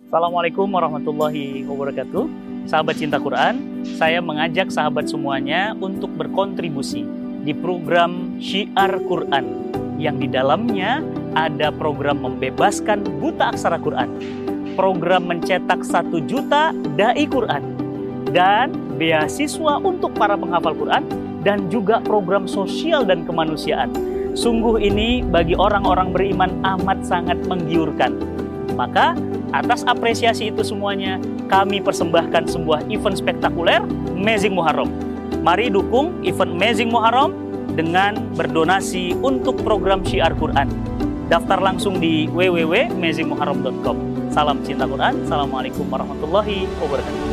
Assalamualaikum warahmatullahi wabarakatuh. Sahabat cinta Quran, saya mengajak sahabat semuanya untuk berkontribusi di program Syiar Quran yang di dalamnya ada program membebaskan buta aksara Quran, program mencetak 1 juta dai Quran, dan beasiswa untuk para penghafal Quran, dan juga program sosial dan kemanusiaan. Sungguh ini bagi orang-orang beriman amat sangat menggiurkan. Maka atas apresiasi itu semuanya, kami persembahkan sebuah event spektakuler Amazing Muharram. Mari dukung event Amazing Muharram dengan berdonasi untuk program Syiar Quran. Daftar langsung di www.amazingmuharram.com. Salam cinta Quran. Assalamualaikum warahmatullahi wabarakatuh.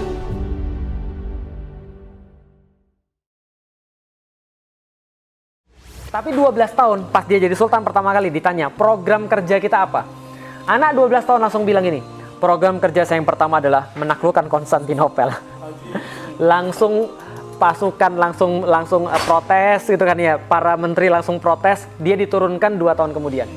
Tapi 12 tahun pas dia jadi sultan pertama kali ditanya, program kerja kita apa? Anak 12 tahun langsung bilang ini, program kerja saya yang pertama adalah menaklukkan Konstantinopel. Langsung pasukan langsung protes gitu kan ya, para menteri langsung protes, dia diturunkan 2 tahun kemudian.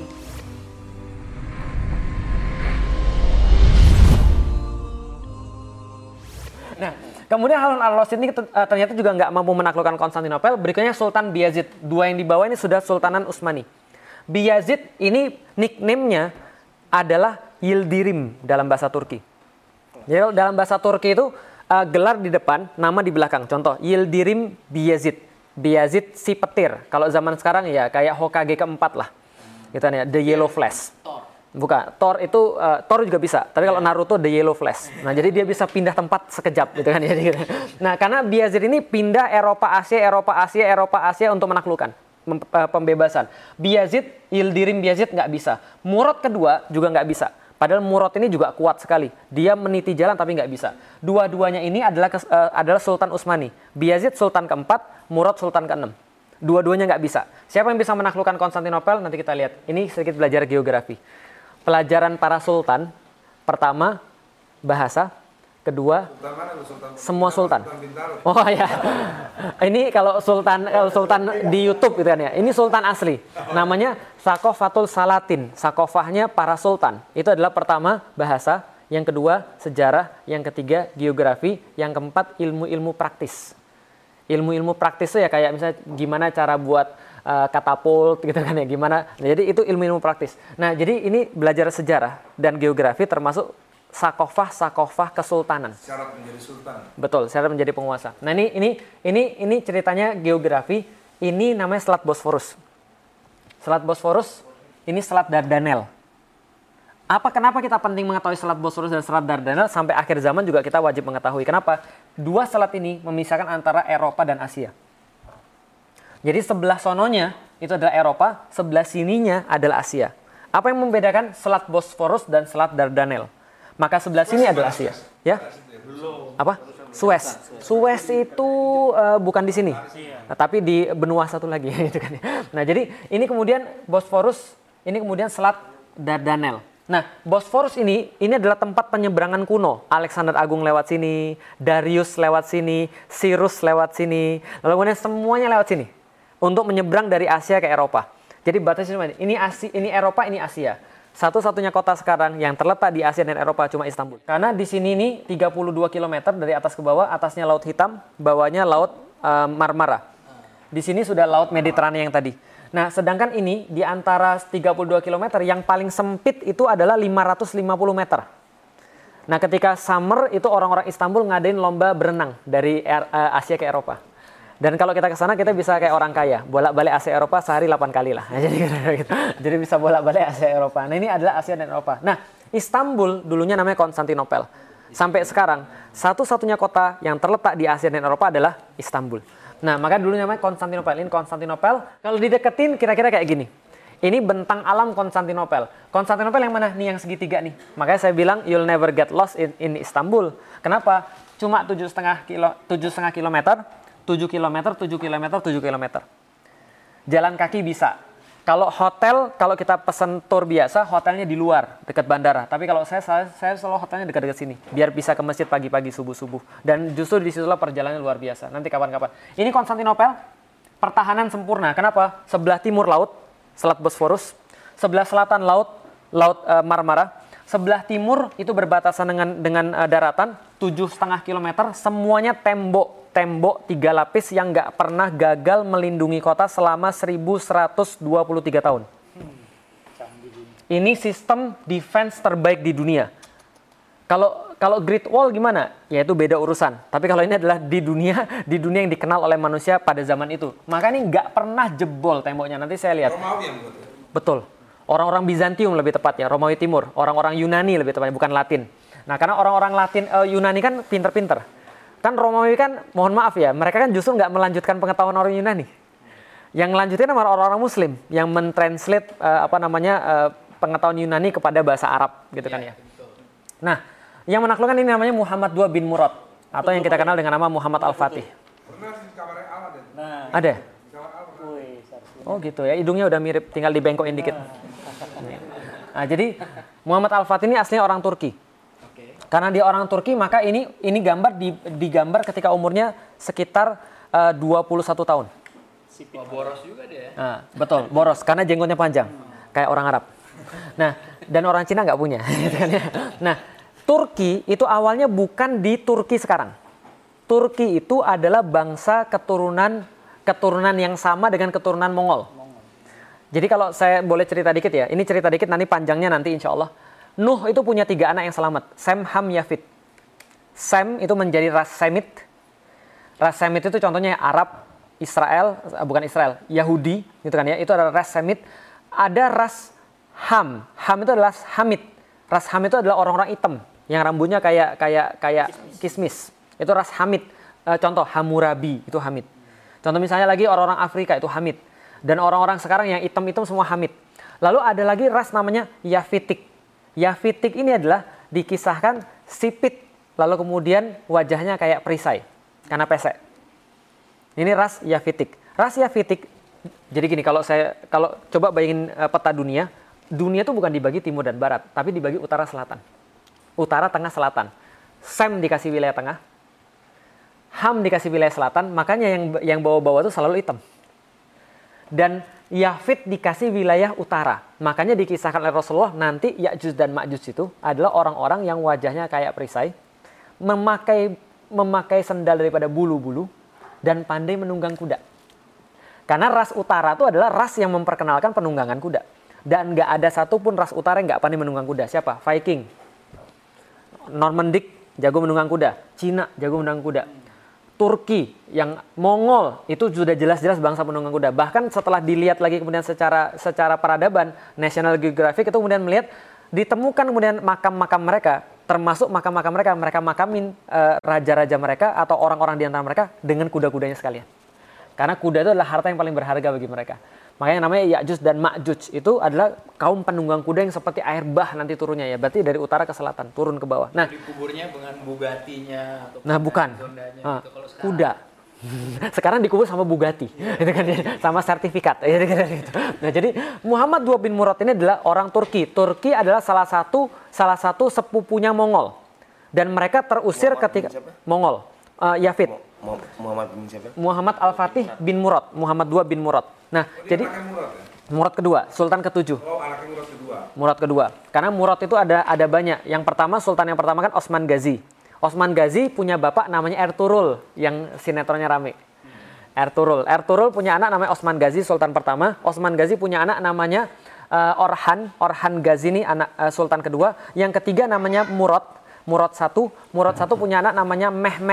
Nah, kemudian Harun al-Rasyid ini ternyata juga nggak mampu menaklukkan Konstantinopel. Berikutnya Sultan Bayezid. 2 yang di bawah ini sudah Sultanan Utsmani. Bayezid ini nickname-nya adalah Yildirim dalam bahasa Turki. Jadi dalam bahasa Turki itu gelar di depan, nama di belakang. Contoh, Yildirim Bayezid. Bayezid si petir. Kalau zaman sekarang ya kayak Hokage keempat lah. Gitu ya, The Yellow Flash. Bukan, Thor itu Thor juga bisa. Tapi kalau Naruto The Yellow Flash. Nah, jadi dia bisa pindah tempat sekejap gitu kan ya. Nah, karena Bayezid ini pindah Eropa Asia untuk menaklukkan, pembebasan. Bayezid, Yildirim Bayezid nggak bisa. Murad kedua juga nggak bisa. Padahal Murad ini juga kuat sekali. Dia meniti jalan tapi nggak bisa. Dua-duanya ini adalah Sultan Utsmani. Bayezid Sultan keempat, Murad Sultan keenam. Dua-duanya nggak bisa. Siapa yang bisa menaklukkan Konstantinopel? Nanti kita lihat. Ini sedikit belajar geografi. Pelajaran para sultan, pertama bahasa, kedua semua sultan. Oh ya, ini kalau sultan di YouTube gitu kan ya. Ini sultan asli, namanya Sakofatul Salatin. Sakofahnya para sultan. Itu adalah pertama bahasa, yang kedua sejarah, yang ketiga geografi, yang keempat ilmu-ilmu praktis. Ilmu-ilmu praktis itu ya kayak misalnya gimana cara buat katapult gitu kan ya, gimana. Nah, jadi itu ilmu-ilmu praktis. Nah, jadi ini belajar sejarah dan geografi termasuk sakofah kesultanan. Syarat menjadi sultan. Betul, syarat menjadi penguasa. Nah, ini ceritanya geografi. Ini namanya Selat Bosforus. Selat Bosforus ini Selat Dardanel. Kenapa kita penting mengetahui Selat Bosforus dan Selat Dardanel? Sampai akhir zaman juga kita wajib mengetahui. Kenapa? 2 selat ini memisahkan antara Eropa dan Asia. Jadi sebelah sononya itu adalah Eropa, sebelah sininya adalah Asia. Apa yang membedakan Selat Bosforus dan Selat Dardanel? Maka sebelah sini adalah Asia. Ya? Apa? Suez. Suez itu bukan di sini, tapi di benua satu lagi. Gitu kan. Nah, jadi ini kemudian Bosforus, ini kemudian Selat Dardanel. Nah, Bosforus ini adalah tempat penyeberangan kuno. Alexander Agung lewat sini, Darius lewat sini, Cyrus lewat sini, lalu kemudian semuanya lewat sini untuk menyeberang dari Asia ke Eropa. Jadi batasnya ini Eropa, ini Asia. Satu-satunya kota sekarang yang terletak di Asia dan Eropa cuma Istanbul. Karena di sini nih 32 km dari atas ke bawah, atasnya Laut Hitam, bawahnya Laut Marmara. Di sini sudah Laut Mediterania yang tadi. Nah, sedangkan ini di antara 32 km yang paling sempit itu adalah 550 meter. Nah, ketika summer itu orang-orang Istanbul ngadain lomba berenang dari Asia ke Eropa. Dan kalau kita ke sana kita bisa kayak orang kaya, bolak-balik Asia Eropa sehari 8 kali lah. Jadi bisa bolak-balik Asia Eropa. Nah, ini adalah Asia dan Eropa. Nah, Istanbul dulunya namanya Konstantinopel. Sampai sekarang satu-satunya kota yang terletak di Asia dan Eropa adalah Istanbul. Nah, maka dulunya namanya Konstantinopel. Ini Konstantinopel. Kalau dideketin kira-kira kayak gini. Ini bentang alam Konstantinopel. Konstantinopel yang mana? Nih yang segitiga nih. Makanya saya bilang you'll never get lost in Istanbul. Kenapa? Cuma 7,5 kilometer. 7 km. Jalan kaki bisa. Kalau hotel, kalau kita pesen tour biasa, hotelnya di luar, dekat bandara. Tapi kalau saya selalu hotelnya dekat-dekat sini, biar bisa ke masjid pagi-pagi, subuh-subuh. Dan justru disitulah perjalanan luar biasa. Nanti kapan-kapan. Ini Konstantinopel, pertahanan sempurna. Kenapa? Sebelah timur laut, Selat Bosforus. Sebelah selatan laut Marmara. Sebelah timur itu berbatasan dengan daratan 7,5 kilometer, semuanya tembok 3 lapis yang nggak pernah gagal melindungi kota selama 1123 tahun. Ini sistem defense terbaik di dunia. Kalau Great Wall gimana? Ya itu beda urusan. Tapi kalau ini adalah di dunia yang dikenal oleh manusia pada zaman itu. Maka ini nggak pernah jebol temboknya. Nanti saya lihat. Romawi yang buat ya? Betul. Orang-orang Bizantium lebih tepatnya, Romawi Timur. Orang-orang Yunani lebih tepatnya, bukan Latin. Nah, karena orang-orang Yunani kan pinter-pinter. Kan Romawi kan, mohon maaf ya, mereka kan justru nggak melanjutkan pengetahuan orang Yunani. Yang melanjutkan adalah orang-orang Muslim yang mentranslate pengetahuan Yunani kepada bahasa Arab, gitu kan ya. Nah, yang menaklukkan ini namanya Muhammad II bin Murad atau yang kita kenal dengan nama Muhammad Al-Fatih. Pernah di kamarnya Al ada? Nah, Ada? Di kamar Al pernah. Oh gitu ya, hidungnya udah mirip, tinggal dibengkokin dikit. Nah, jadi Muhammad Al-Fatih ini aslinya orang Turki. Karena dia orang Turki, maka ini gambar digambar ketika umurnya sekitar 21 tahun. Boros juga dia. Nah, betul, boros karena jenggotnya panjang kayak orang Arab. Nah, dan orang Cina nggak punya. Gitu kan ya. Nah, Turki itu awalnya bukan di Turki sekarang. Turki itu adalah bangsa keturunan yang sama dengan keturunan Mongol. Jadi kalau saya boleh cerita dikit ya, ini cerita dikit nanti panjangnya nanti insya Allah. Nuh itu punya 3 anak yang selamat, Sem, Ham, Yafid. Sem itu menjadi ras Semit. Ras Semit itu contohnya Arab, bukan Israel, Yahudi, gitu kan ya. Itu adalah ras Semit. Ada ras Ham. Ham itu adalah Hamid. Ras Ham itu adalah orang-orang hitam yang rambutnya kayak kismis. Itu ras Hamid. Contoh Hammurabi itu Hamid. Contoh misalnya lagi orang-orang Afrika itu Hamid. Dan orang-orang sekarang yang hitam-hitam semua Hamid. Lalu ada lagi ras namanya Yafitik. Yafitik ini adalah dikisahkan sipit. Lalu kemudian wajahnya kayak perisai. Karena pesek. Ini ras Yafitik. Ras Yafitik, jadi gini, kalau coba bayangin peta dunia. Dunia itu bukan dibagi timur dan barat. Tapi dibagi utara selatan. Utara, tengah, selatan. Sem dikasih wilayah tengah. Ham dikasih wilayah selatan. Makanya yang bawa-bawa itu selalu hitam. Dan Yafid dikasih wilayah utara. Makanya dikisahkan oleh Rasulullah nanti Ya'juj dan Ma'juj itu adalah orang-orang yang wajahnya kayak perisai, memakai sendal daripada bulu-bulu, dan pandai menunggang kuda. Karena ras utara itu adalah ras yang memperkenalkan penunggangan kuda. Dan nggak ada satupun ras utara yang nggak pandai menunggang kuda. Siapa? Viking, Normandik jago menunggang kuda, Cina jago menunggang kuda. Turki, yang Mongol itu sudah jelas-jelas bangsa penunggang kuda. Bahkan setelah dilihat lagi kemudian secara peradaban, National Geographic itu kemudian melihat ditemukan kemudian makam-makam mereka, termasuk makam-makam mereka makamin raja-raja mereka atau orang-orang di antara mereka dengan kuda-kudanya sekalian. Karena kuda itu adalah harta yang paling berharga bagi mereka. Makanya namanya Ya'juj dan Ma'juj itu adalah kaum penunggang kuda yang seperti air bah nanti turunnya ya. Berarti dari utara ke selatan, turun ke bawah. Nah, dikuburnya dengan Bugatti-nya atau bukan. Gitu. Kalau Kuda. Sekarang dikubur sama Bugatti, gitu kan, sama sertifikat. Nah, jadi Muhammad II bin Murad ini adalah orang Turki. Turki adalah salah satu sepupunya Mongol. Dan mereka terusir ketika Mongol. Yafid. Muhammad bin siapa? Muhammad Al-Fatih bin Murad. Muhammad II bin Murad. Nah, jadi Murad, ya? Murad kedua, Sultan ke-7. Oh, anaknya Murad kedua. Murad kedua. Karena Murad itu ada banyak. Yang pertama, Sultan yang pertama kan Osman Ghazi. Osman Ghazi punya bapak namanya Ertuğrul yang sinetronnya rame. Ertuğrul punya anak namanya Osman Ghazi, Sultan pertama. Osman Ghazi punya anak namanya Orhan Ghazi ini anak Sultan kedua. Yang ketiga namanya Murad satu punya anak namanya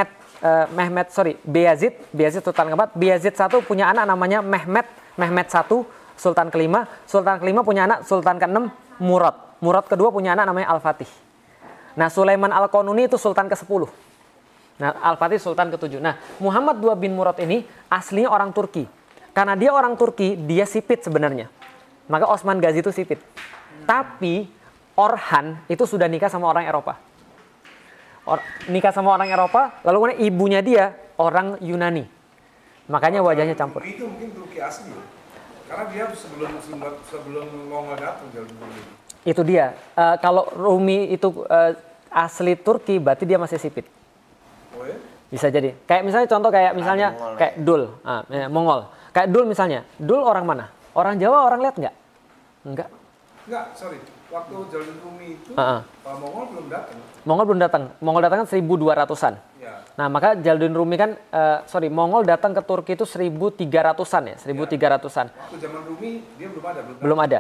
Beyazid Sultan keempat. Beyazid satu punya anak namanya Mehmed satu, Sultan kelima punya anak Sultan keenam Murad kedua punya anak namanya Al-Fatih. Nah, Sulaiman Al-Qanuni itu Sultan ke-10. Nah, Al-Fatih Sultan ke-7. Nah, Muhammad II bin Murad ini aslinya orang Turki. Karena dia orang Turki, dia sipit sebenarnya. Maka Osman Ghazi itu sipit. Tapi Orhan itu sudah nikah sama orang Eropa. Nikah sama orang Eropa, lalu kemudian ibunya dia orang Yunani. Makanya wajahnya campur. Itu mungkin Turki asli ya? Karena dia sebelum Mongol datang jauh dulu. Itu dia. Kalau Rumi itu asli Turki, berarti dia masih sipit. Oh ya? Bisa jadi. Kayak misalnya contoh misalnya kayak Dul, Mongol. Kayak Dul misalnya. Dul orang mana? Orang Jawa, orang Liat nggak? Enggak. Enggak, sorry. waktu Jaludin Rumi itu, Mongol belum datang. Mongol datang kan 1200-an. Ya. Nah, maka Jaludin Rumi kan, Mongol datang ke Turki itu 1300-an ya, 1300-an. Waktu zaman Rumi, dia belum ada. Belum ada.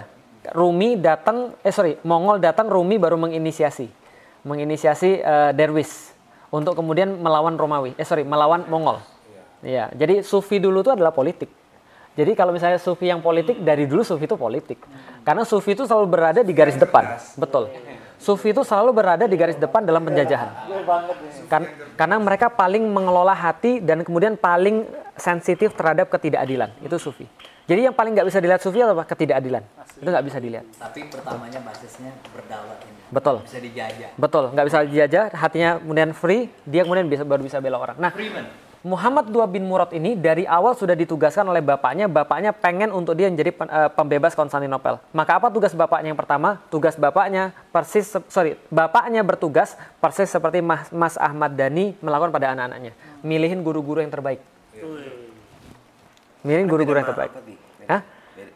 Mongol datang, Rumi baru menginisiasi Derwish untuk kemudian melawan melawan Mongol. Iya. Jadi Sufi dulu itu adalah politik. Jadi kalau misalnya Sufi yang politik, dari dulu Sufi itu politik. Karena Sufi itu selalu berada di garis depan. Betul. Sufi itu selalu berada di garis depan dalam penjajahan. Karena mereka paling mengelola hati dan kemudian paling sensitif terhadap ketidakadilan. Itu Sufi. Jadi yang paling nggak bisa dilihat Sufi adalah ketidakadilan. Itu nggak bisa dilihat. Tapi pertamanya basisnya berdaulat ini. Betul. Bisa dijajah. Betul, nggak bisa dijajah, hatinya kemudian free, dia kemudian baru bisa bela orang. Nah, Muhammad II bin Murad ini dari awal sudah ditugaskan oleh bapaknya pengen untuk dia menjadi pembebas Konstantinopel. Maka apa tugas bapaknya yang pertama? Bapaknya bertugas persis seperti Mas Ahmad Dhani melakukan pada anak-anaknya. Milihin guru-guru yang terbaik. Milihin guru-guru yang terbaik. Hah?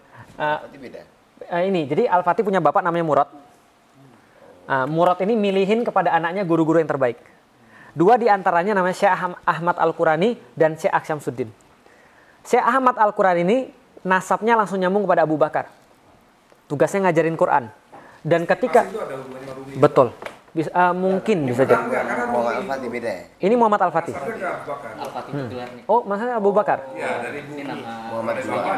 Jadi Al-Fatih punya bapak namanya Murad. Murad ini milihin kepada anaknya guru-guru yang terbaik. Dua di antaranya namanya Syekh Ahmad Al-Qurani dan Syekh Aksyamsuddin. Syekh Ahmad Al-Qurani ini nasabnya langsung nyambung kepada Abu Bakar. Tugasnya ngajarin Quran. Dan ketika betul, mungkin bisa jadi. Muhammad Al-Fatih beda ya? Ini Muhammad Al-Fatih. Al-Fatih betulan nih. Oh, maksudnya Abu Bakar. Ya, dari Ini nama Muhammad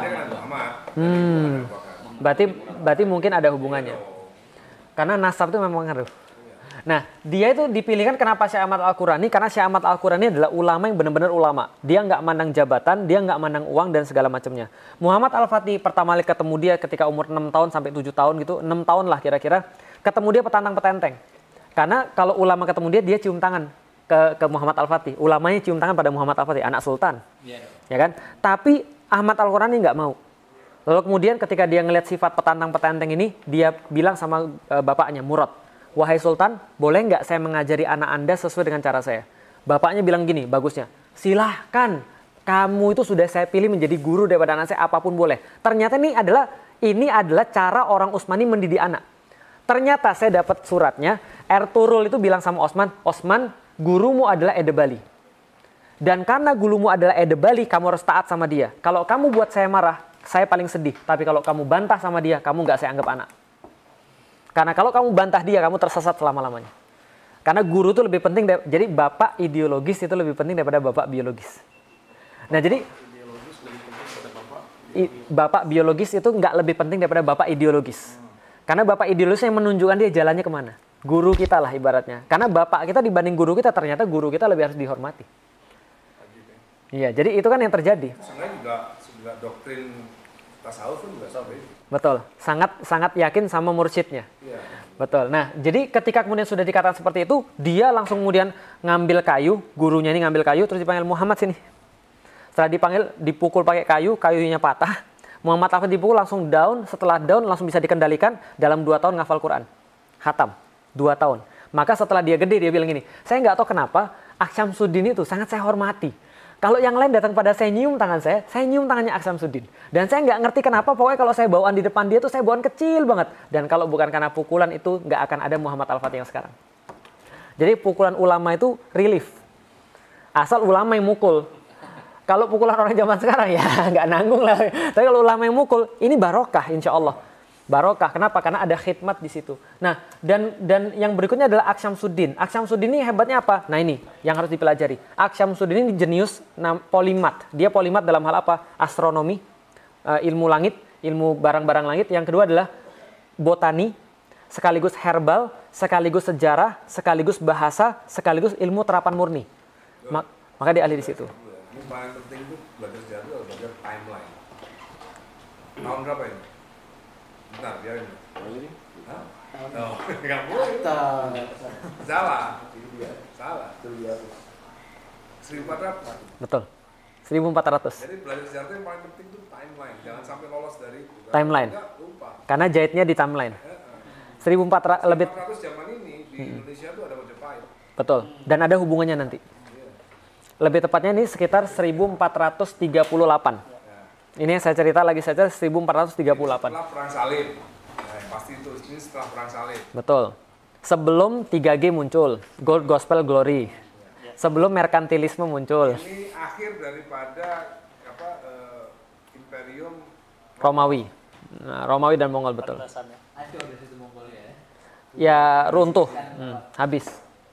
Berarti mungkin ada hubungannya. Karena nasab itu memang ngaruh. Nah, dia itu dipilihkan kenapa Syekh Ahmad Al-Qurani? Karena Syekh Ahmad Al-Qurani adalah ulama yang benar-benar ulama. Dia nggak mandang jabatan, dia nggak mandang uang dan segala macamnya. Muhammad Al-Fatih pertama kali ketemu dia ketika umur 6 tahun sampai 7 tahun gitu, 6 tahun lah kira-kira, ketemu dia petantang petenteng. Karena kalau ulama ketemu dia cium tangan ke Muhammad Al-Fatih. Ulamanya cium tangan pada Muhammad Al-Fatih, anak sultan. Ya kan? Tapi Ahmad Al-Qurani nggak mau. Lalu kemudian ketika dia ngelihat sifat petantang petenteng ini, dia bilang sama bapaknya, Murad, wahai Sultan, boleh nggak saya mengajari anak Anda sesuai dengan cara saya? Bapaknya bilang gini, bagusnya, silahkan, kamu itu sudah saya pilih menjadi guru daripada anak saya, apapun boleh. Ternyata ini adalah cara orang Utsmani mendidik anak. Ternyata saya dapat suratnya, Ertugrul itu bilang sama Osman, gurumu adalah Edebali. Dan karena gurumu adalah Edebali, kamu harus taat sama dia. Kalau kamu buat saya marah, saya paling sedih. Tapi kalau kamu bantah sama dia, kamu nggak saya anggap anak. Karena kalau kamu bantah dia, kamu tersesat selama-lamanya. Karena guru itu lebih penting, jadi bapak ideologis itu lebih penting daripada bapak biologis. Nah jadi, bapak biologis itu nggak lebih penting daripada bapak ideologis. Karena bapak ideologis yang menunjukkan dia jalannya kemana. Guru kita lah ibaratnya. Karena bapak kita dibanding guru kita, ternyata guru kita lebih harus dihormati. Iya, jadi itu kan yang terjadi. Sebenarnya juga doktrin tasawuf juga sama. Betul, sangat yakin sama mursyidnya. Iya. Betul. Nah, jadi ketika kemudian sudah dikatakan seperti itu, dia langsung kemudian ngambil kayu, gurunya ini ngambil kayu, terus dipanggil Muhammad sini. Setelah dipanggil, dipukul pakai kayu, kayunya patah. Muhammad Al-Fatih dipukul langsung down, setelah down langsung bisa dikendalikan, dalam 2 tahun ngafal Quran. Khatam, 2 tahun. Maka setelah dia gede, dia bilang gini, saya nggak tahu kenapa Aksyamsuddin itu sangat saya hormati. Kalau yang lain datang pada saya nyium tangan saya nyium tangannya Aksyamsuddin. Dan saya nggak ngerti kenapa, pokoknya kalau saya bawaan di depan dia tuh saya bawaan kecil banget. Dan kalau bukan karena pukulan itu, nggak akan ada Muhammad Al-Fatih yang sekarang. Jadi pukulan ulama itu relief. Asal ulama yang mukul. Kalau pukulan orang zaman sekarang ya nggak nanggung lah. Tapi kalau ulama yang mukul, ini barokah insya Allah. Barokah. Kenapa? Karena ada khidmat di situ. Nah, dan yang berikutnya adalah Aksyamsuddin. Aksyamsuddin ini hebatnya apa? Nah, ini yang harus dipelajari. Aksyamsuddin ini jenius polimat. Dia polimat dalam hal apa? Astronomi, ilmu langit, ilmu barang-barang langit. Yang kedua adalah botani, sekaligus herbal, sekaligus sejarah, sekaligus bahasa, sekaligus ilmu terapan murni. Maka dia ahli di situ. Ini paling penting itu belajar sejarah itu belajar timeline. Tahun berapa ini? Bentar, biarin. Hah? Oh, nggak boleh. Salah. Salah. 1400. Betul. 1400. Jadi belajar sejarah itu yang paling penting itu timeline. Jangan sampai lolos dari Timeline. Enggak, lupa. Karena jahitnya di timeline. 1400 lebih. 1400 zaman ini di Indonesia tuh ada Majapahit. Betul. Dan ada hubungannya nanti. Lebih tepatnya ini sekitar 1438. Ini yang saya cerita 1438. Setelah perang salib, nah, yang pasti Titus ini setelah perang salib. Betul. Sebelum 3G muncul, Gold Gospel Glory. Sebelum merkantilisme muncul. Ini akhir daripada Imperium Romawi. Nah, Romawi dan Mongol, betul. Penjelasannya. Hancur di situ Mongolia ya. Ya runtuh, habis.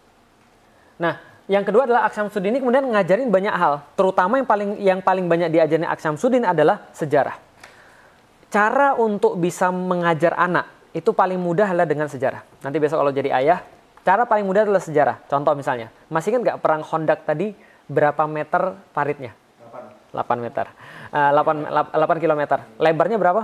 Nah, yang kedua adalah Aksyamsuddin ini kemudian ngajarin banyak hal. Terutama yang paling banyak diajarin Aksyamsuddin adalah sejarah. Cara untuk bisa mengajar anak itu paling mudah adalah dengan sejarah. Nanti besok kalau jadi ayah, cara paling mudah adalah sejarah. Contoh misalnya, masih ingat nggak perang Khandaq tadi berapa meter paritnya? 8 meter. 8 kilometer. Lebarnya berapa?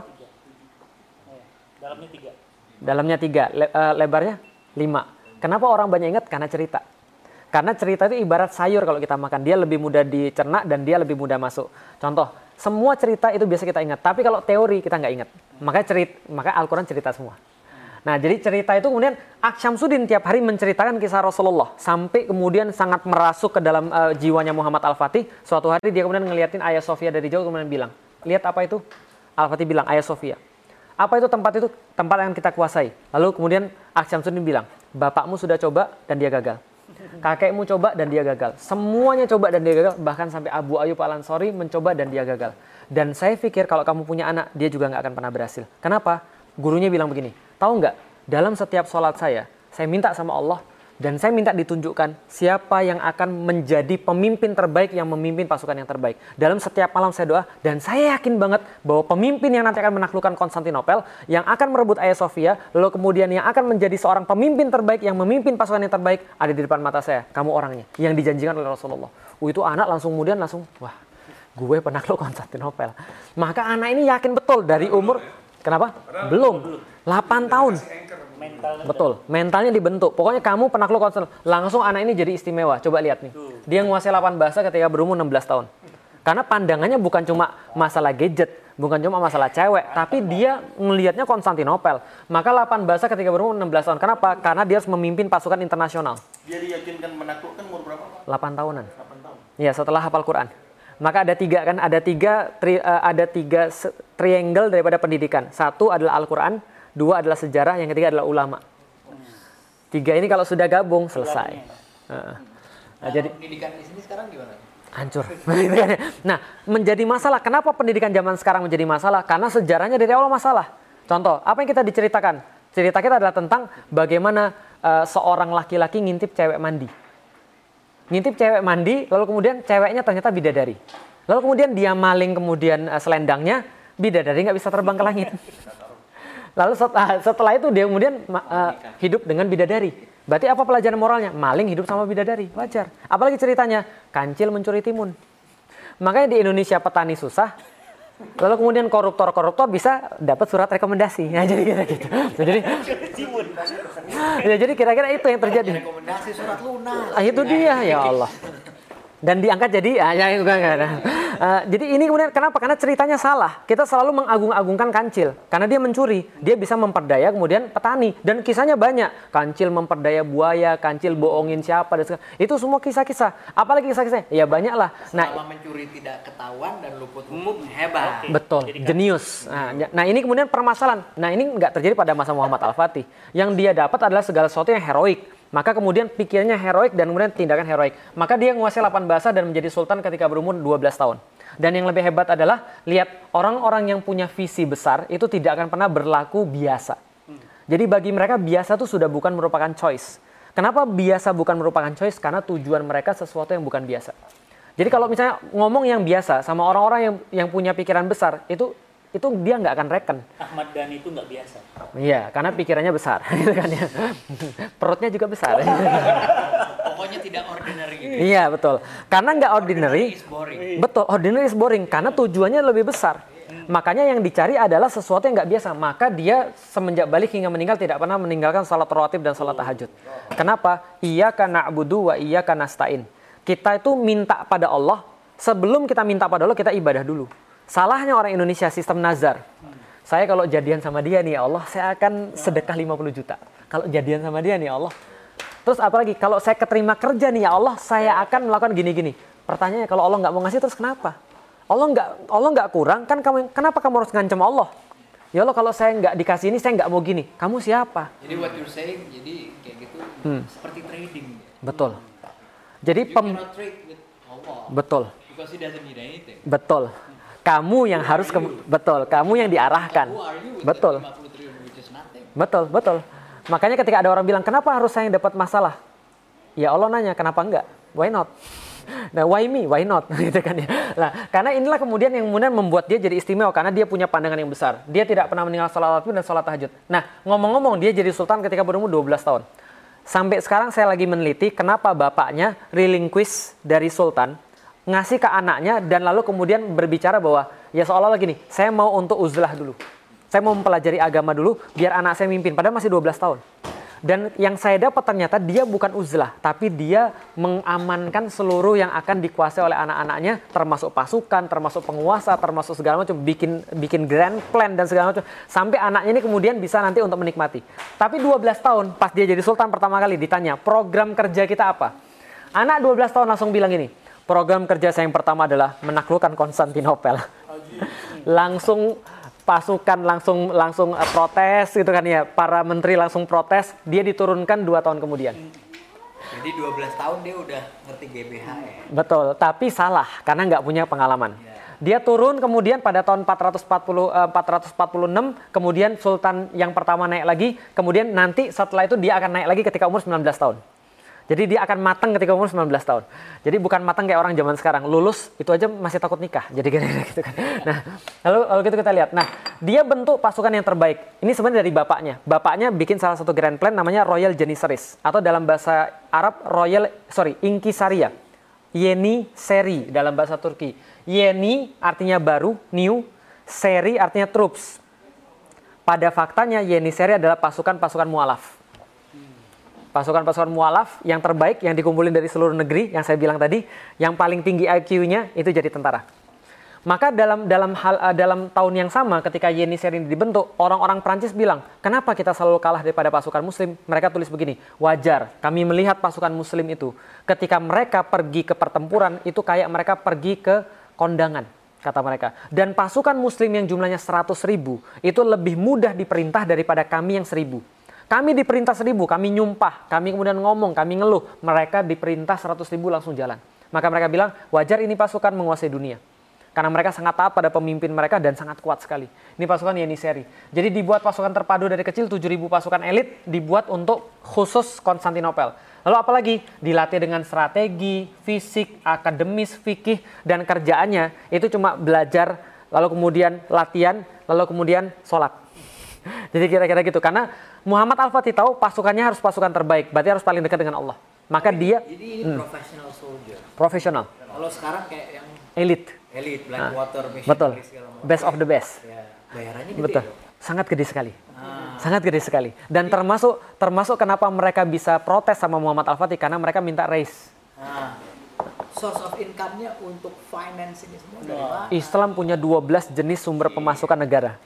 Dalamnya 3. Dalamnya 3. Lebarnya 5. Kenapa orang banyak ingat? Karena cerita. Karena cerita itu ibarat sayur kalau kita makan. Dia lebih mudah dicerna dan dia lebih mudah masuk. Contoh, semua cerita itu biasa kita ingat. Tapi kalau teori kita nggak ingat. Makanya Al-Quran cerita semua. Nah, jadi cerita itu kemudian Aksyamsuddin tiap hari menceritakan kisah Rasulullah. Sampai kemudian sangat merasuk ke dalam jiwanya Muhammad Al-Fatih. Suatu hari dia kemudian ngeliatin Hagia Sophia dari jauh kemudian bilang, lihat apa itu? Al-Fatih bilang, Hagia Sophia. Apa itu tempat itu? Tempat yang kita kuasai. Lalu kemudian Aksyamsuddin bilang, bapakmu sudah coba dan dia gagal. Kakekmu coba dan dia gagal. Semuanya coba dan dia gagal. Bahkan sampai Abu Ayyub Al-Ansari mencoba dan dia gagal. Dan saya pikir kalau kamu punya anak, dia juga nggak akan pernah berhasil. Kenapa? Gurunya bilang begini, tahu nggak? Dalam setiap sholat saya minta sama Allah dan saya minta ditunjukkan siapa yang akan menjadi pemimpin terbaik yang memimpin pasukan yang terbaik. Dalam setiap malam saya doa dan saya yakin banget bahwa pemimpin yang nanti akan menaklukkan Konstantinopel, yang akan merebut Hagia Sophia, lalu kemudian yang akan menjadi seorang pemimpin terbaik yang memimpin pasukan yang terbaik ada di depan mata saya. Kamu orangnya yang dijanjikan oleh Rasulullah. Itu anak langsung wah, gue penakluk Konstantinopel. Maka anak ini yakin betul dari umur, kenapa? Belum. 8 tahun. Betul, mentalnya dibentuk. Pokoknya kamu penakluk Konstantinopel. Langsung anak ini jadi istimewa. Coba lihat nih. Dia nguasai 8 bahasa ketika berumur 16 tahun. Karena pandangannya bukan cuma masalah gadget, bukan cuma masalah cewek, tapi dia ngelihatnya Konstantinopel. Maka 8 bahasa ketika berumur 16 tahun. Kenapa? Karena dia harus memimpin pasukan internasional. Dia diyakinkan menaklukkan umur berapa, Pak? 8 tahunan. 8 tahun. Ya, setelah hafal Quran. Maka ada tiga triangle daripada pendidikan. 1 adalah Al-Quran, 2 adalah sejarah, yang ketiga adalah ulama. 3 ini kalau sudah gabung selesai. Nah, jadi pendidikan di sini sekarang gimana? Hancur. Nah, menjadi masalah. Kenapa pendidikan zaman sekarang menjadi masalah? Karena sejarahnya dari awal masalah. Contoh, apa yang kita diceritakan? Cerita kita adalah tentang bagaimana seorang laki-laki ngintip cewek mandi. Ngintip cewek mandi, lalu kemudian ceweknya ternyata bidadari. Lalu kemudian dia maling kemudian selendangnya, bidadari nggak bisa terbang ke langit. Lalu setelah itu dia kemudian hidup dengan bidadari. Berarti apa pelajaran moralnya? Maling hidup sama bidadari, wajar. Apalagi ceritanya, kancil mencuri timun. Makanya di Indonesia petani susah, lalu kemudian koruptor bisa dapat surat rekomendasi. Nah, jadi kira-gitu. Jadi kira-kira itu yang terjadi. Rekomendasi surat lunas. Itu dia, ya Allah. Dan diangkat jadi jadi ini kemudian kenapa? Karena ceritanya salah. Kita selalu mengagung-agungkan kancil karena dia mencuri, dia bisa memperdaya kemudian petani, dan kisahnya banyak. Kancil memperdaya buaya, kancil bohongin siapa, dan itu semua kisah-kisah. Apalagi kisah-kisahnya? Ya banyak lah. Selama mencuri tidak ketahuan dan luput hukum, hebat. Betul, jenius. Nah, ini kemudian permasalahan. Nah, ini nggak terjadi pada masa Muhammad Al-Fatih. Yang dia dapat adalah segala sesuatu yang heroik. Maka kemudian pikirannya heroik dan kemudian tindakan heroik. Maka dia menguasai 8 bahasa dan menjadi sultan ketika berumur 12 tahun. Dan yang lebih hebat adalah, lihat, orang-orang yang punya visi besar itu tidak akan pernah berlaku biasa. Jadi bagi mereka biasa itu sudah bukan merupakan choice. Kenapa biasa bukan merupakan choice? Karena tujuan mereka sesuatu yang bukan biasa. Jadi kalau misalnya ngomong yang biasa sama orang-orang yang punya pikiran besar, itu dia nggak akan reken. Ahmad Dhani itu nggak biasa. Iya, karena pikirannya besar, gitu kan ya. Perutnya juga besar. Pokoknya tidak ordinary. Iya, betul. Karena nggak ordinary. Betul, ordinary is boring. Karena tujuannya lebih besar. Makanya yang dicari adalah sesuatu yang nggak biasa. Maka dia semenjak balik hingga meninggal tidak pernah meninggalkan salat rawatib dan salat tahajud. Kenapa? Iyyaka na'budu wa iyyaka nasta'in. Kita itu minta pada Allah. Sebelum kita minta pada Allah, kita ibadah dulu. Salahnya orang Indonesia sistem nazar. Saya kalau jadian sama dia nih ya Allah, saya akan sedekah 50 juta. Kalau jadian sama dia nih ya Allah. Terus apalagi kalau saya keterima kerja nih ya Allah, saya akan melakukan gini-gini. Pertanyaannya, kalau Allah nggak mau ngasih terus kenapa? Allah nggak kurang, kan kenapa kamu harus ngancam Allah? Ya Allah, kalau saya nggak dikasih ini, saya nggak mau gini. Kamu siapa? Jadi what you're saying, jadi kayak gitu seperti trading. Betul. Jadi You cannot trade with Allah. betul. Because he doesn't need anything. Betul. Kamu yang harus betul, kamu yang diarahkan. Who are you with Betul. that 50 triliun which is nothing? Betul, betul. Makanya ketika ada orang bilang, kenapa harus saya yang dapat masalah? Ya Allah nanya, kenapa enggak? Why not? Nah, why me? Why not? Gitu kan ya. Nah, karena inilah kemudian yang kemudian membuat dia jadi istimewa, karena dia punya pandangan yang besar. Dia tidak pernah meninggal sholat wajib dan sholat tahajud. Nah, ngomong-ngomong, dia jadi sultan ketika berumur 12 tahun. Sampai sekarang saya lagi meneliti kenapa bapaknya relinquish dari sultan, ngasih ke anaknya, dan lalu kemudian berbicara bahwa, ya seolah-olah gini, saya mau untuk uzlah dulu. Saya mau mempelajari agama dulu, biar anak saya mimpin. Padahal masih 12 tahun. Dan yang saya dapat ternyata dia bukan uzlah, tapi dia mengamankan seluruh yang akan dikuasai oleh anak-anaknya, termasuk pasukan, termasuk penguasa, termasuk segala macam, bikin grand plan dan segala macam, sampai anaknya ini kemudian bisa nanti untuk menikmati. Tapi 12 tahun pas dia jadi sultan pertama kali ditanya, program kerja kita apa? Anak 12 tahun langsung bilang gini, program kerja saya yang pertama adalah menaklukkan Konstantinopel. Langsung pasukan langsung protes gitu kan ya, para menteri langsung protes, dia diturunkan 2 tahun kemudian. Jadi 12 tahun dia udah ngerti GBH ya. Betul, tapi salah karena nggak punya pengalaman. Dia turun kemudian pada tahun 446, kemudian sultan yang pertama naik lagi, kemudian nanti setelah itu dia akan naik lagi ketika umur 19 tahun. Jadi dia akan matang ketika umur 19 tahun. Jadi bukan matang kayak orang zaman sekarang. Lulus itu aja masih takut nikah. Jadi kira-kira gitu kan. Nah, lalu gitu kita lihat. Nah, dia bentuk pasukan yang terbaik. Ini sebenarnya dari bapaknya. Bapaknya bikin salah satu grand plan namanya Royal Janissaries, atau dalam bahasa Arab Inkisaria. Yeni Seri dalam bahasa Turki. Yeni artinya baru, new. Seri artinya troops. Pada faktanya Yeni Seri adalah pasukan-pasukan mualaf. Pasukan-pasukan mualaf yang terbaik yang dikumpulin dari seluruh negeri yang saya bilang tadi, yang paling tinggi IQ-nya itu jadi tentara. Maka dalam tahun yang sama ketika Yenisei ini dibentuk, orang-orang Prancis bilang, kenapa kita selalu kalah daripada pasukan muslim? Mereka tulis begini, wajar kami melihat pasukan muslim itu ketika mereka pergi ke pertempuran itu kayak mereka pergi ke kondangan, kata mereka. Dan pasukan muslim yang jumlahnya 100.000 itu lebih mudah diperintah daripada kami yang 1.000. Kami diperintah 1.000, kami nyumpah, kami kemudian ngomong, kami ngeluh. Mereka diperintah 100.000 langsung jalan. Maka mereka bilang, wajar ini pasukan menguasai dunia. Karena mereka sangat taat pada pemimpin mereka dan sangat kuat sekali. Ini pasukan Yenisei. Jadi dibuat pasukan terpadu dari kecil, 7.000 pasukan elit dibuat untuk khusus Konstantinopel. Lalu apalagi? Dilatih dengan strategi, fisik, akademis, fikih, dan kerjaannya itu cuma belajar, lalu kemudian latihan, lalu kemudian sholat. Jadi kira-kira gitu. Karena Muhammad Al-Fatih tahu pasukannya harus pasukan terbaik. Berarti harus paling dekat dengan Allah. Maka dia... Jadi ini professional soldier. Profesional. Kalau sekarang kayak yang Elite. Blackwater, mission, Betul. segala macam. Best of the best. Ya, bayarannya gede. Betul. Loh. Sangat gede sekali. Sangat gede sekali. Dan termasuk kenapa mereka bisa protes sama Muhammad Al-Fatih. Karena mereka minta raise. Nah, source of income-nya untuk finance ini semua dari mana? Islam punya 12 jenis sumber pemasukan negara.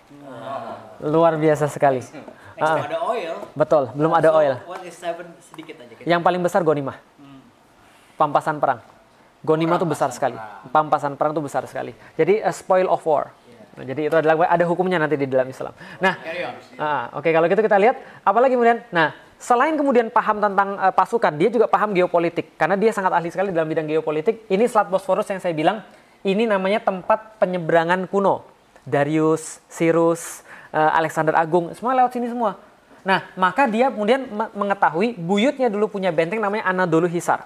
Luar biasa sekali. Ada oil. Betul, belum ada oil. What is 7 sedikit aja. Yang paling besar gonimah. Pampasan perang. Gonimah tuh besar sekali. Pampasan perang tuh besar sekali. Jadi spoil of war. Nah, jadi itu adalah ada hukumnya nanti di dalam Islam. Nah, oke, kalau gitu kita lihat apalagi kemudian. Nah, selain kemudian paham tentang pasukan, dia juga paham geopolitik karena dia sangat ahli sekali dalam bidang geopolitik. Ini Selat Bosphorus yang saya bilang, ini namanya tempat penyeberangan kuno. Darius, Cyrus, Alexander Agung, semua lewat sini semua. Nah, maka dia kemudian mengetahui buyutnya dulu punya benteng namanya Anadolu Hisar.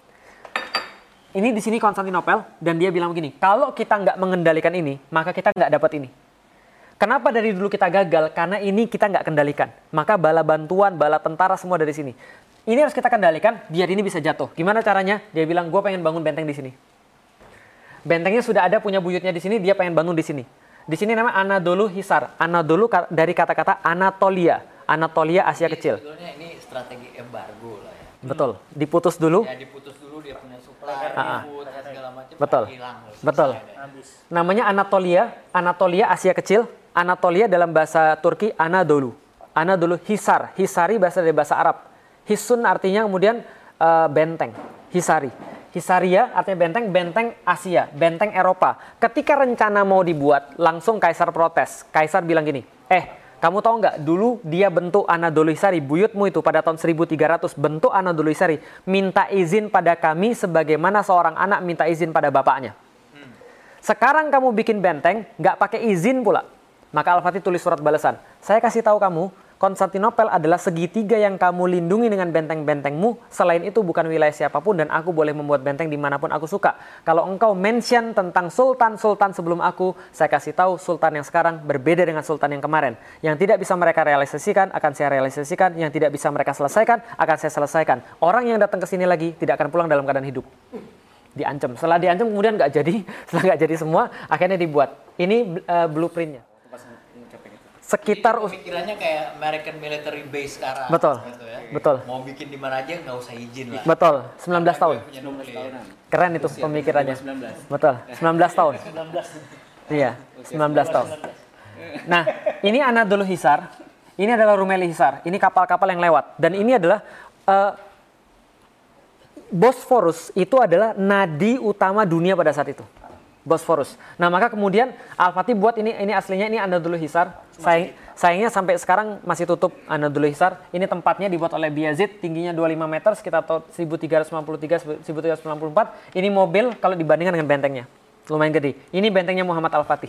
Ini di sini Konstantinopel, dan dia bilang begini, kalau kita nggak mengendalikan ini, maka kita nggak dapat ini. Kenapa dari dulu kita gagal? Karena ini kita nggak kendalikan. Maka bala bantuan, bala tentara semua dari sini. Ini harus kita kendalikan, biar ini bisa jatuh. Gimana caranya? Dia bilang, gue pengen bangun benteng di sini. Bentengnya sudah ada, punya buyutnya di sini, dia pengen bangun di sini. Di sini namanya Anadolu Hisar. Anadolu dari kata-kata Anatolia. Anatolia Asia Kecil. Sebetulnya ini strategi embargo lah ya. Betul. Diputus dulu. Ya diputus dulu, dia punya supply, input, segala macam. Betul. Hilang. Betul. Namanya Anatolia. Anatolia Asia Kecil. Anatolia dalam bahasa Turki Anadolu. Anadolu Hisar. Hisari bahasa dari bahasa Arab. Hisun artinya kemudian benteng. Hisari. Hisaria artinya benteng, benteng Asia, benteng Eropa. Ketika rencana mau dibuat, langsung Kaisar protes. Kaisar bilang gini, kamu tahu nggak, dulu dia bentuk Anadolu Hisari, buyutmu itu pada tahun 1300, bentuk Anadolu Hisari, minta izin pada kami sebagaimana seorang anak minta izin pada bapaknya. Sekarang kamu bikin benteng, nggak pakai izin pula. Maka Al-Fatih tulis surat balasan. Saya kasih tahu kamu, Konstantinopel adalah segitiga yang kamu lindungi dengan benteng-bentengmu. Selain itu bukan wilayah siapapun dan aku boleh membuat benteng dimanapun aku suka. Kalau engkau mention tentang sultan-sultan sebelum aku, saya kasih tahu sultan yang sekarang berbeda dengan sultan yang kemarin. Yang tidak bisa mereka realisasikan akan saya realisasikan. Yang tidak bisa mereka selesaikan akan saya selesaikan. Orang yang datang ke sini lagi tidak akan pulang dalam keadaan hidup. Diancam. Setelah diancam kemudian nggak jadi. Setelah nggak jadi semua, akhirnya dibuat. Ini blueprintnya. Sekitar pemikirannya kayak American military base sekarang. Betul. Gitu ya. Betul. Mau bikin di mana aja nggak usah izin lah. Betul. 19 tahun. Punya nuklir. Keren itu pemikirannya. Betul. 19 tahun. 19. Iya, 19 tahun. Nah, ini Anadolu Hisar. Ini adalah Rumeli Hisar. Ini kapal-kapal yang lewat. Dan ini adalah Bosphorus itu adalah nadi utama dunia pada saat itu. Bosphorus. Nah, maka kemudian Al-Fatih buat ini aslinya ini Anadolu Hisar. Sayangnya sampai sekarang masih tutup Anadolu Hisar. Ini tempatnya dibuat oleh Bayazid, tingginya 25 meter sekitar tahun 1353 1394. Ini mobil kalau dibandingkan dengan bentengnya. Lumayan gede. Ini bentengnya Muhammad Al-Fatih.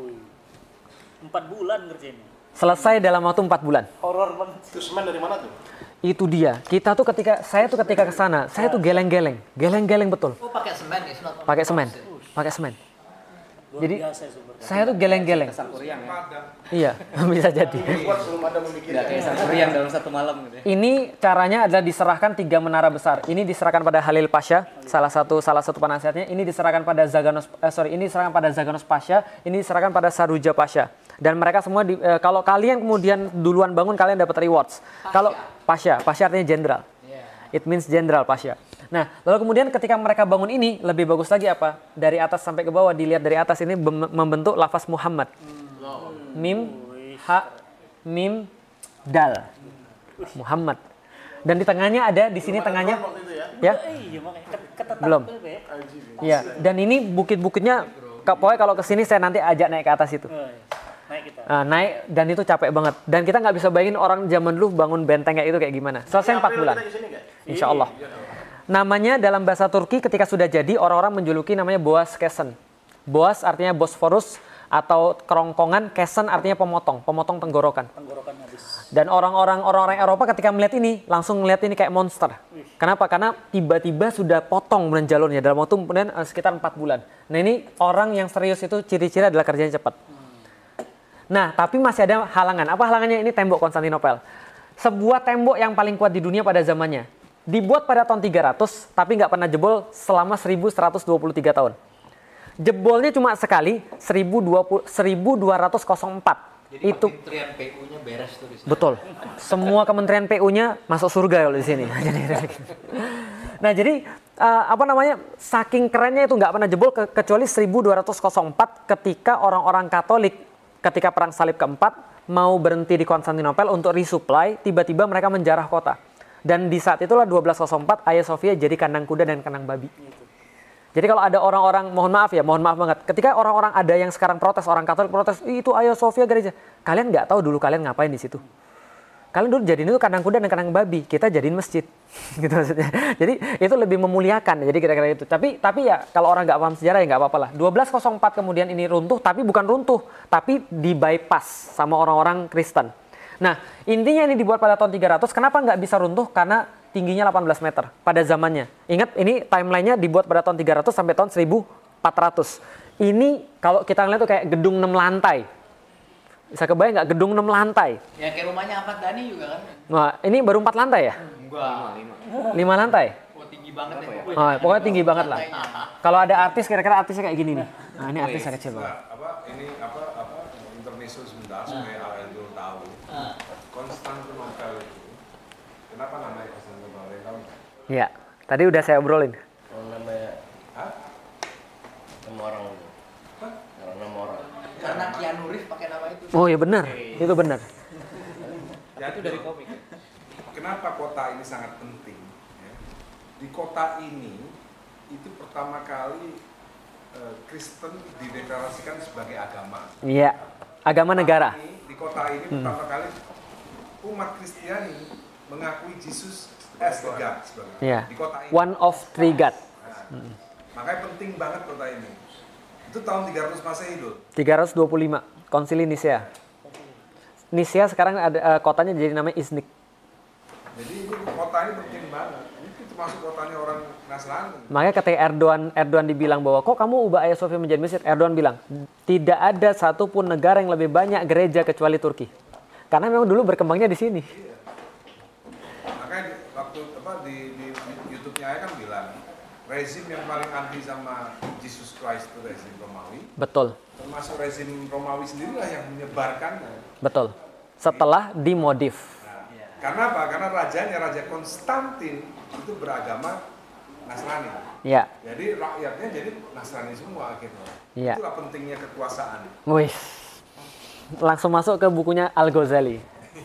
4 bulan ngerjainnya. Selesai dalam waktu 4 bulan. Horor banget. Itu semen dari mana tuh? Itu dia. Saya tuh ketika ke sana, saya tuh geleng-geleng. Geleng-geleng betul. Oh, pakai semen ya? Pakai semen. Pakai semen. Jadi saya tuh geleng-geleng. Iya, bisa jadi. Yang dalam satu malam gitu ya. Ini caranya adalah diserahkan 3 menara besar. Ini diserahkan pada Halil Pasha, salah satu penasihatnya. Ini diserahkan pada Zaganos Pasha. Ini diserahkan pada Saruja Pasha. Dan mereka semua kalau kalian kemudian duluan bangun, kalian dapat rewards. Kalau Pasha artinya jenderal. It means jenderal Pasha. Nah, lalu kemudian ketika mereka bangun ini, lebih bagus lagi apa? Dari atas sampai ke bawah, dilihat dari atas ini membentuk lafaz Muhammad. Mim, ha, mim, dal. Muhammad. Dan di tengahnya ada, di sini tengahnya. Ya? Iya, makanya ketetap. Belum. Iya, dan ini bukit-bukitnya, pokoknya kalau kesini saya nanti ajak naik ke atas itu. Naik kita. Nah, naik, dan itu capek banget. Dan kita nggak bisa bayangin orang zaman dulu bangun benteng kayak itu kayak gimana. Selesai 4 bulan. Insya Allah. Namanya dalam bahasa Turki ketika sudah jadi, orang-orang menjuluki namanya Boğaz Kesen. Boğaz artinya Bosphorus atau kerongkongan, Kesen artinya pemotong tenggorokan. Tenggorokan habis. Dan orang-orang Eropa ketika melihat ini, langsung melihat ini kayak monster. Kenapa? Karena tiba-tiba sudah potong kemudian jalurnya dalam waktu kemudian sekitar 4 bulan. Nah, ini orang yang serius itu ciri-ciri adalah kerjanya cepat. Nah, tapi masih ada halangan. Apa halangannya? Ini tembok Konstantinopel. Sebuah tembok yang paling kuat di dunia pada zamannya. Dibuat pada tahun 300, tapi nggak pernah jebol selama 1123 tahun. Jebolnya cuma sekali, 1204. Jadi itu kementerian PU-nya beres tuh di sana. betul. Semua kementerian PU-nya masuk surga kalau di sini. Nah, jadi saking kerennya itu nggak pernah jebol kecuali 1204 ketika orang-orang Katolik ketika Perang Salib keempat mau berhenti di Konstantinopel untuk resupply, tiba-tiba mereka menjarah kota. Dan di saat itulah 1204 Hagia Sophia jadi kandang kuda dan kandang babi. Jadi kalau ada orang-orang, mohon maaf banget, ketika orang-orang ada yang sekarang protes, orang Katolik protes, itu Hagia Sophia gereja. Kalian nggak tahu dulu kalian ngapain di situ. Kalian dulu jadiin itu kandang kuda dan kandang babi, kita jadiin masjid. Gitu maksudnya. Jadi itu lebih memuliakan, jadi kira-kira itu. Tapi ya kalau orang nggak paham sejarah ya nggak apa-apa lah. 1204 kemudian ini runtuh, tapi bukan runtuh, tapi di bypass sama orang-orang Kristen. Nah, intinya ini dibuat pada tahun 300. Kenapa nggak bisa runtuh? Karena tingginya 18 meter pada zamannya. Ingat, ini timelinenya dibuat pada tahun 300 sampai tahun 1400. Ini kalau kita ngeliat tuh kayak gedung 6 lantai. Bisa kebayang nggak gedung 6 lantai? Ya kayak rumahnya Ahmad Dhani juga kan. Nah, ini baru 4 lantai ya? Enggak. 5 lantai? Oh, tinggi banget ya. Oh, pokoknya tinggi banget lah. Kalau ada artis, kira-kira artisnya kayak gini nih. Nah, ini artisnya kecil banget. Intermezzo sebentar supaya kalian dulu tahu. Konstantinopel itu, kenapa namanya Konstantinopel? Tahu nggak? Iya, tadi udah saya obrolin. Namanya nama orang. Nama orang. Karena Keanu Reeves pakai nama itu. Oh iya benar, itu benar. Jadi dari komik. Kenapa kota ini sangat penting? Ya? Di kota ini itu pertama kali Kristen dideklarasikan sebagai agama. Iya, agama negara. Di kota ini pertama kali umat Kristiani mengakui Yesus as the God sebagai Iya. di kota ini. One of three God. Nah, makanya penting banget kota ini. Itu tahun 300 Masehi dulu. 325, Konsili Nisea. Nisea sekarang ada kotanya jadi namanya Iznik. Jadi ini kota ini penting banget. Ini termasuk kotanya orang Nasrani. Makanya ketika Erdogan dibilang bahwa kok kamu ubah Hagia Sophia menjadi masjid, Erdogan bilang tidak ada satupun negara yang lebih banyak gereja kecuali Turki. Karena memang dulu berkembangnya di sini. Iya. Makanya waktu di YouTube-nya kan bilang rezim yang paling anti sama Jesus Christ itu rezim Romawi. Betul, Termasuk rezim Romawi sendirilah yang menyebarkannya. betul. Setelah dimodif. Nah, karena apa? Karena rajanya, Raja Konstantin itu beragama Nasrani. Ya, Jadi rakyatnya jadi Nasrani semua akhirnya. Iya. Itulah pentingnya kekuasaan. wih. Langsung masuk ke bukunya Al-Ghazali.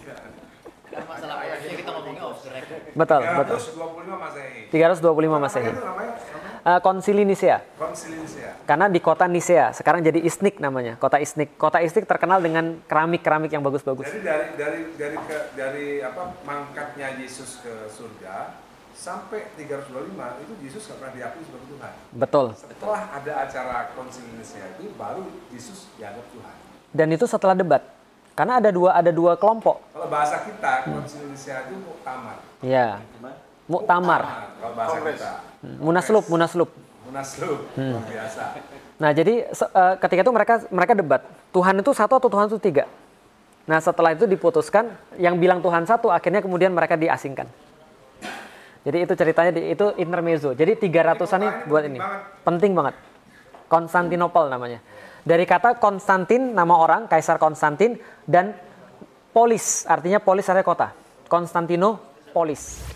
Dan masalah ayatnya kita ngomongnya off the record. Betul, betul. 325 Masehi. 325 Masehi. Itu namanya Konsili Nisea. Konsili Nisea. Karena di kota Nisea, sekarang jadi Iznik namanya, kota Iznik. Kota Iznik terkenal dengan keramik-keramik yang bagus-bagus. Jadi dari mangkatnya Yesus ke surga sampai 325 itu Yesus nggak pernah diakui sebagai Tuhan. Betul. Setelah ada acara Konsili Nisea itu baru Yesus dianggap Tuhan. Dan itu setelah debat. Karena ada dua kelompok. Kalau bahasa kita Konsili Nisea itu muktamar. Ya. Muktamar. Kalau bahasa kita. Munaslup. Munaslub luar biasa. Nah, jadi ketika itu mereka debat. Tuhan itu satu atau Tuhan itu tiga. Nah, setelah itu diputuskan yang bilang Tuhan satu akhirnya kemudian mereka diasingkan. Jadi itu ceritanya itu intermezzo. Jadi 300-an nih buat ini. Penting banget. Konstantinopel namanya. Dari kata Konstantin nama orang, Kaisar Konstantin, dan polis artinya kota. Konstantinopolis.